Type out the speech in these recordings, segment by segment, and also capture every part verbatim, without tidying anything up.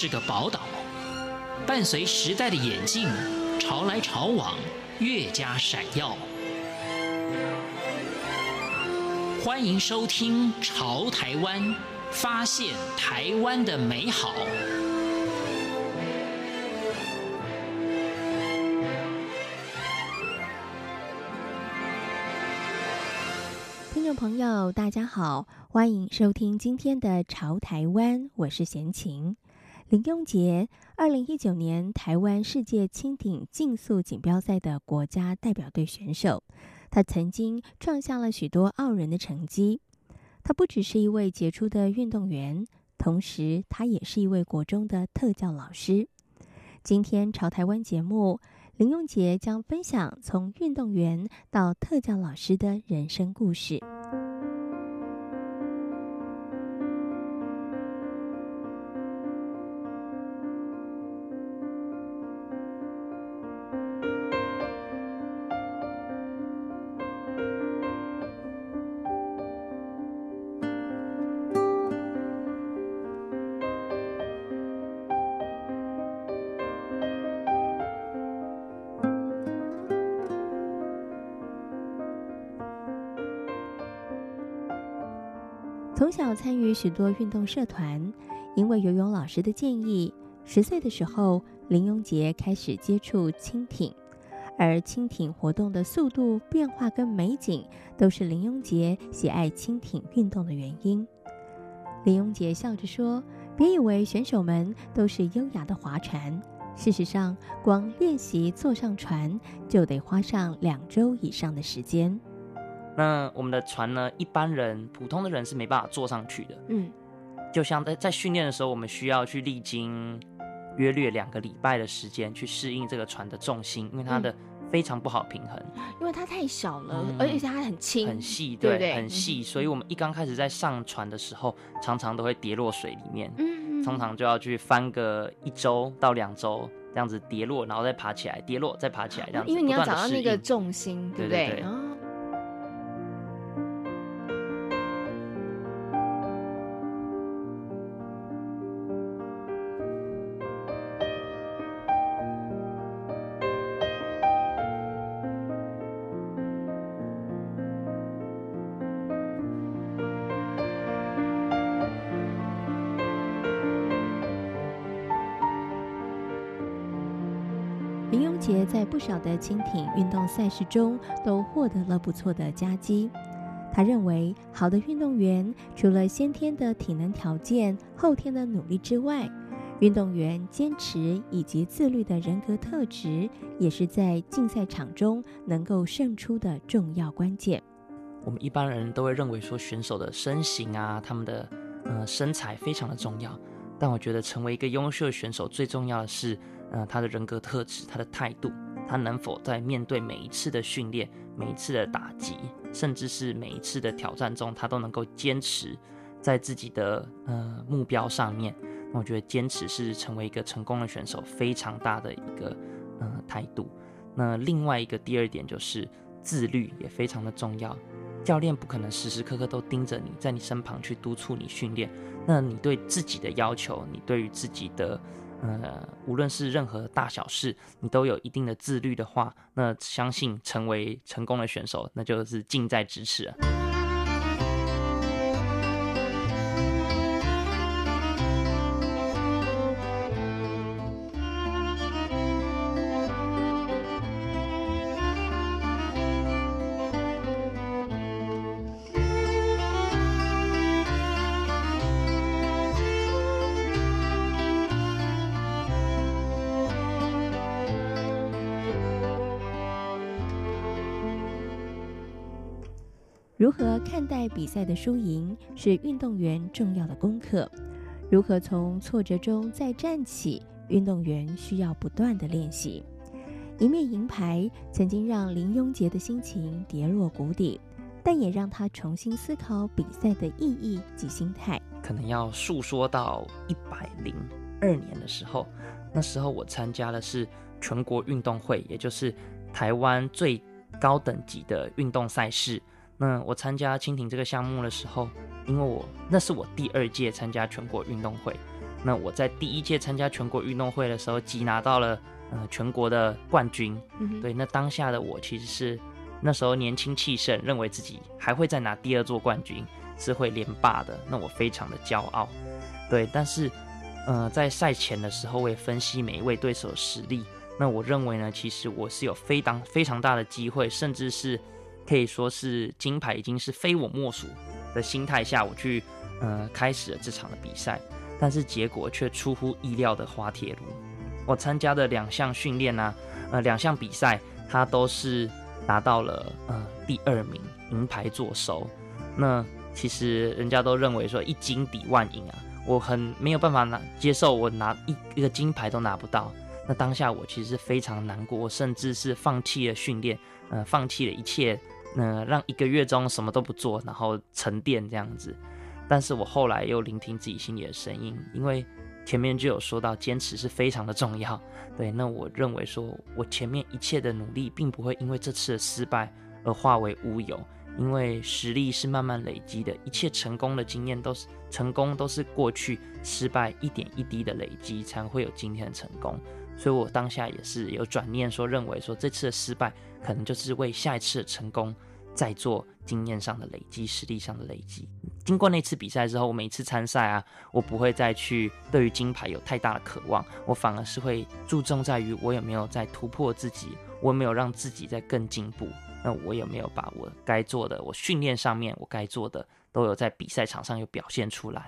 是个宝岛，伴随时代的演进，潮来潮往，越加闪耀。欢迎收听《潮台湾》，发现台湾的美好。 听众朋友大家好，欢迎收听今天的《潮台湾》，我是贤琴。林邕杰，二零一九年台湾世界轻艇竞速锦标赛的国家代表队选手，他曾经创下了许多傲人的成绩。他不只是一位杰出的运动员，同时他也是一位国中的特教老师。今天《潮台湾》节目，林邕杰将分享从运动员到特教老师的人生故事。从小参与许多运动社团，因为游泳老师的建议，十岁的时候，林邕杰开始接触轻艇，而轻艇活动的速度、变化跟美景，都是林邕杰喜爱轻艇运动的原因。林邕杰笑着说：“别以为选手们都是优雅的划船，事实上，光练习坐上船就得花上两周以上的时间。” 那我们的船呢，一般人普通的人是没办法坐上去的。 嗯， 就像在在训练的时候，我们需要去历经约略两个礼拜的时间去适应这个船的重心，因为它的非常不好平衡， 嗯、因为它太小了， 嗯、 而且它很轻很细，对， 对不对？ 很细、嗯，所以我们一刚开始在上船的时候，常常都会跌落水里面，嗯，通常就要去翻个一周到两周。这样子跌落，然后再爬起来，跌落再爬起来，这样子， 因为你要找到那个重心，对不对？ 对对对哦林邕杰在不少的轻艇运动赛事中都获得了不错的佳绩。他认为，好的运动员除了先天的体能条件、后天的努力之外，运动员坚持以及自律的人格特质，也是在竞赛场中能够胜出的重要关键。 我们一般人都会认为说，选手的身形啊，他们的呃身材非常的重要，但我觉得成为一个优秀的选手，最重要的是呃，他的人格特质，他的态度，他能否在面对每一次的训练、每一次的打击，甚至是每一次的挑战中，他都能够坚持在自己的呃目标上面。那我觉得坚持是成为一个成功的选手非常大的一个呃态度。那另外一个第二点就是自律也非常的重要。教练不可能时时刻刻都盯着你，在你身旁去督促你训练。那你对自己的要求，你对于自己的呃，无论是任何大小事，你都有一定的自律的话，那相信成为成功的选手，那就是近在咫尺了。 如何看待比赛的输赢，是运动员重要的功课。如何从挫折中再站起，运动员需要不断的练习。一面银牌曾经让林邕杰的心情跌落谷底，但也让他重新思考比赛的意义及心态。 可能要述说到一百零二年的时候，那时候我参加的是全国运动会，也就是台湾最高等级的运动赛事。那我参加轻艇这个项目的时候，因为我那是我第二届参加全国运动会， 那我在第一届参加全国运动会的时候，即拿到了呃全国的冠军。嗯、对，那当下的我其实是那时候年轻气盛，认为自己还会再拿第二座冠军，是会连霸的。那我非常的骄傲。对，但是呃在赛前的时候，我也分析每一位对手的实力。那我认为呢，其实我是有非常非常大的机会，甚至是可以说是金牌已经是非我莫属的心态下，我去呃开始了这场的比赛。但是结果却出乎意料的滑铁卢。我参加的两项训练啊，呃两项比赛，它都是拿到了呃第二名，银牌坐收。那其实人家都认为说一金抵万银啊，我很没有办法拿接受我拿一一个金牌都拿不到。那当下我其实是非常难过，甚至是放弃了训练，呃，放弃了一切，呃，让一个月中什么都不做，然后沉淀这样子。但是我后来又聆听自己心里的声音，因为前面就有说到坚持是非常的重要。对，那我认为说我前面一切的努力并不会因为这次的失败而化为乌有，因为实力是慢慢累积的，一切成功的经验都是成功都是过去失败一点一滴的累积，才会有今天的成功。所以我当下也是有转念说，认为说这次的失败可能就是为下一次的成功再做经验上的累积，实力上的累积。经过那次比赛之后，我每次参赛啊，我不会再去对于金牌有太大的渴望，我反而是会注重在于我有没有在突破自己，我有没有让自己在更进步，那我有没有把我该做的，我训练上面我该做的都有在比赛场上有表现出来。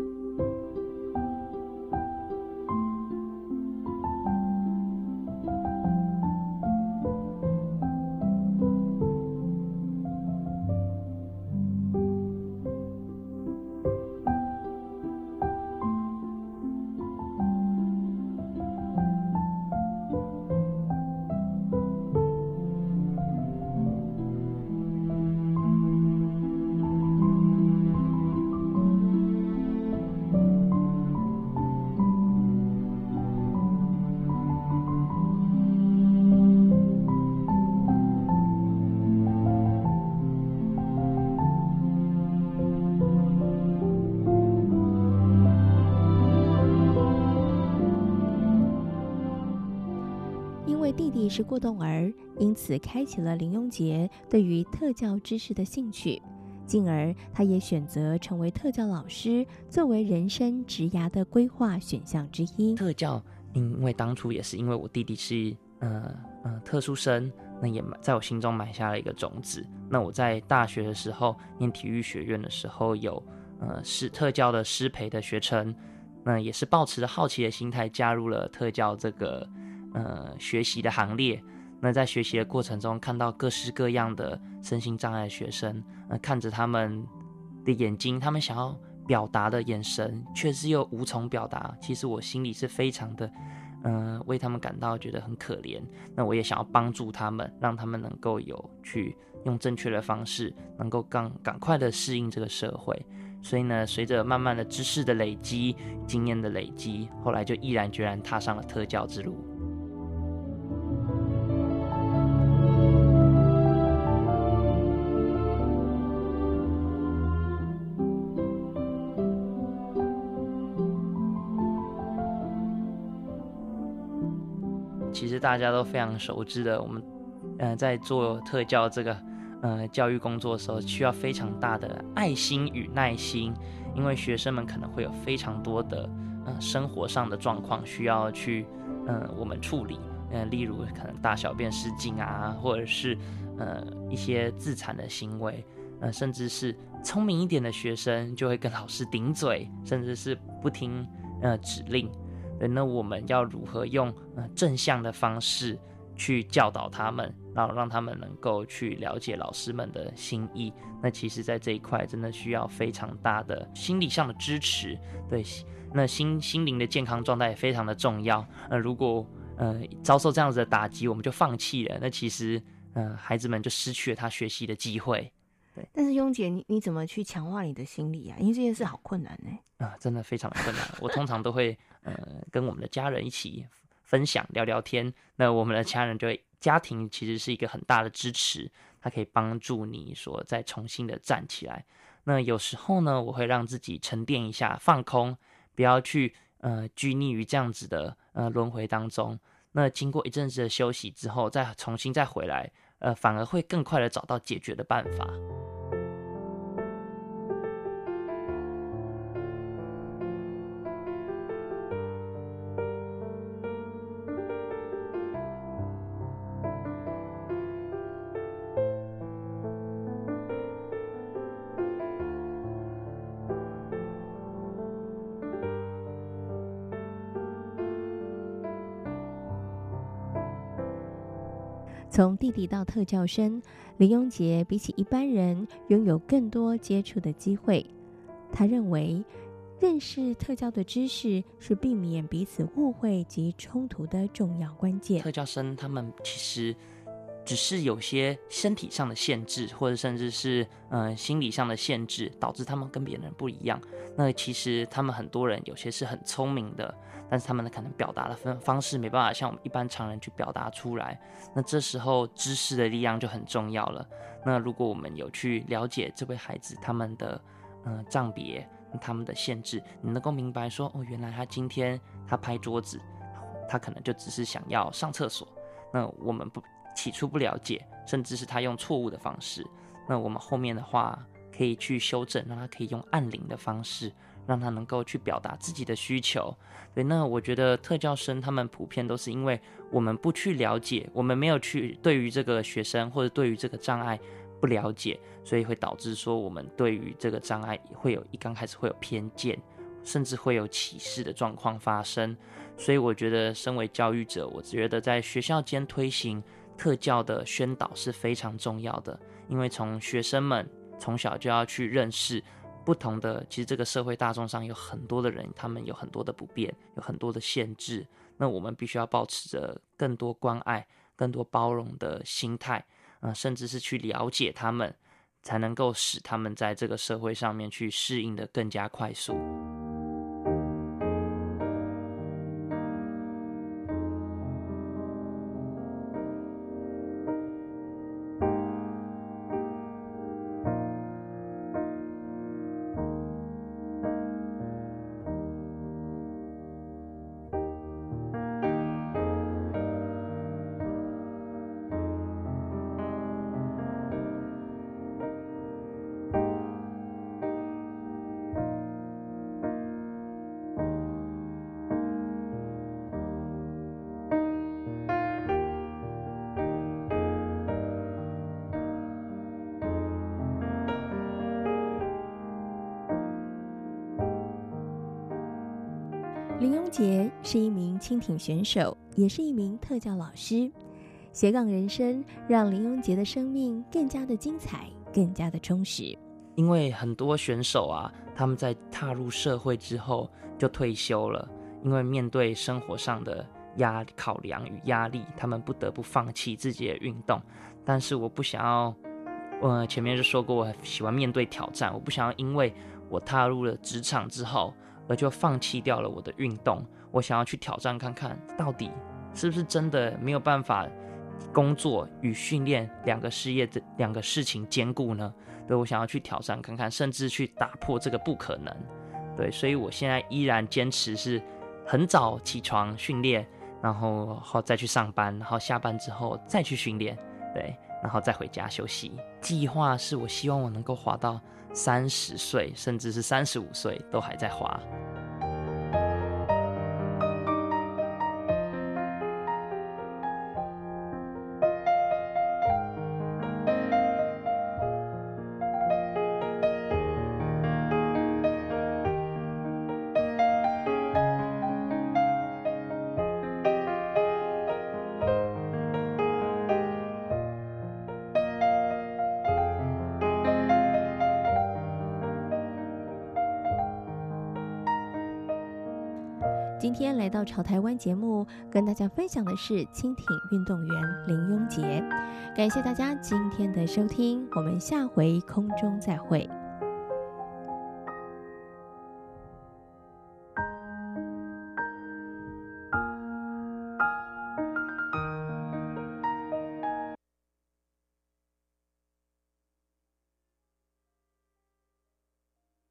弟弟是过动儿，因此开启了林庸杰对于特教知识的兴趣，进而他也选择成为特教老师，作为人生职涯的规划选项之一。 特教，因为当初也是因为我弟弟是呃呃特殊生，那也在我心中埋下了一个种子。那我在大学的时候念体育学院的时候，有呃是特教的师培的学程，那也是抱持着好奇的心态加入了特教这个呃学习的行列。那在学习的过程中，看到各式各样的身心障碍的学生，呃，看着他们的眼睛，他们想要表达的眼神，却是又无从表达。其实我心里是非常的，呃，为他们感到觉得很可怜。那我也想要帮助他们，让他们能够有去用正确的方式，能够赶赶快的适应这个社会。所以呢，随着慢慢的知识的累积、经验的累积，后来就毅然决然踏上了特教之路。其实大家都非常熟知的，我们呃在做特教这个呃教育工作的时候，需要非常大的爱心与耐心，因为学生们可能会有非常多的呃生活上的状况需要去呃我们处理，呃例如可能大小便失禁啊，或者是呃一些自残的行为，呃甚至是聪明一点的学生就会跟老师顶嘴，甚至是不听呃指令。那我们要如何用、呃、正向的方式去教导他们，然后让他们能够去了解老师们的心意？那其实在这一块真的需要非常大的心理上的支持，对，那心心灵的健康状态也非常的重要。呃，如果呃遭受这样子的打击，我们就放弃了，那其实呃孩子们就失去了他学习的机会。对， 但是庸姐，你你怎么去强化你的心理啊？因为这件事好困难呢、 欸。啊、呃，真的非常的困难。我通常都会呃跟我们的家人一起分享聊聊天。那我们的家人就会，家庭其实是一个很大的支持，它可以帮助你说再重新的站起来。那有时候呢，我会让自己沉淀一下，放空，不要去呃拘泥于这样子的呃轮回当中。那经过一阵子的休息之后，再重新再回来，呃，反而会更快的找到解决的办法。 从弟弟到特教生，林庸杰比起一般人拥有更多接触的机会。他认为，认识特教的知识是避免彼此误会及冲突的重要关键。 特教生他们其实只是有些身体上的限制，或者甚至是呃心理上的限制，导致他们跟别人不一样。那其实他们很多人有些是很聪明的，但是他们可能表达的方式没办法像我们一般常人去表达出来。那这时候知识的力量就很重要了。那如果我们有去了解这位孩子他们的呃障别、他们的限制，你能够明白说，哦，原来他今天他拍桌子，他可能就只是想要上厕所。那我们不起初不了解，甚至是他用错误的方式，那我们后面的话可以去修正，让他可以用按铃的方式，让他能够去表达自己的需求。对，那我觉得特教生他们普遍都是因为我们不去了解，我们没有去对于这个学生或者对于这个障碍不了解，所以会导致说我们对于这个障碍会有一刚开始会有偏见，甚至会有歧视的状况发生。所以我觉得身为教育者，我觉得在学校间推行特教的宣导是非常重要的，因为从学生们从小就要去认识不同的，其实这个社会大众上有很多的人，他们有很多的不便，有很多的限制，那我们必须要保持着更多关爱、更多包容的心态，呃、甚至是去了解他们，才能够使他们在这个社会上面去适应的更加快速。 林庸杰是一名轻艇选手，也是一名特教老师。斜杠人生让林庸杰的生命更加的精彩，更加的充实。 因为很多选手啊，他们在踏入社会之后就退休了，因为面对生活上的压考量与压力，他们不得不放弃自己的运动。但是我不想要，呃，前面就说过，我喜欢面对挑战，我不想要因为我踏入了职场之后而就放弃掉了我的运动。我想要去挑战看看，到底是不是真的没有办法工作与训练两个事业的两个事情兼顾呢？对，我想要去挑战看看，甚至去打破这个不可能。对，所以我现在依然坚持是很早起床训练，然后后再去上班，然后下班之后再去训练，对，然后再回家休息。计划是我希望我能够滑到三十岁，甚至是三十五岁都还在滑。 今天来到潮台湾节目，跟大家分享的是轻艇运动员林庸杰。感谢大家今天的收听，我们下回空中再会。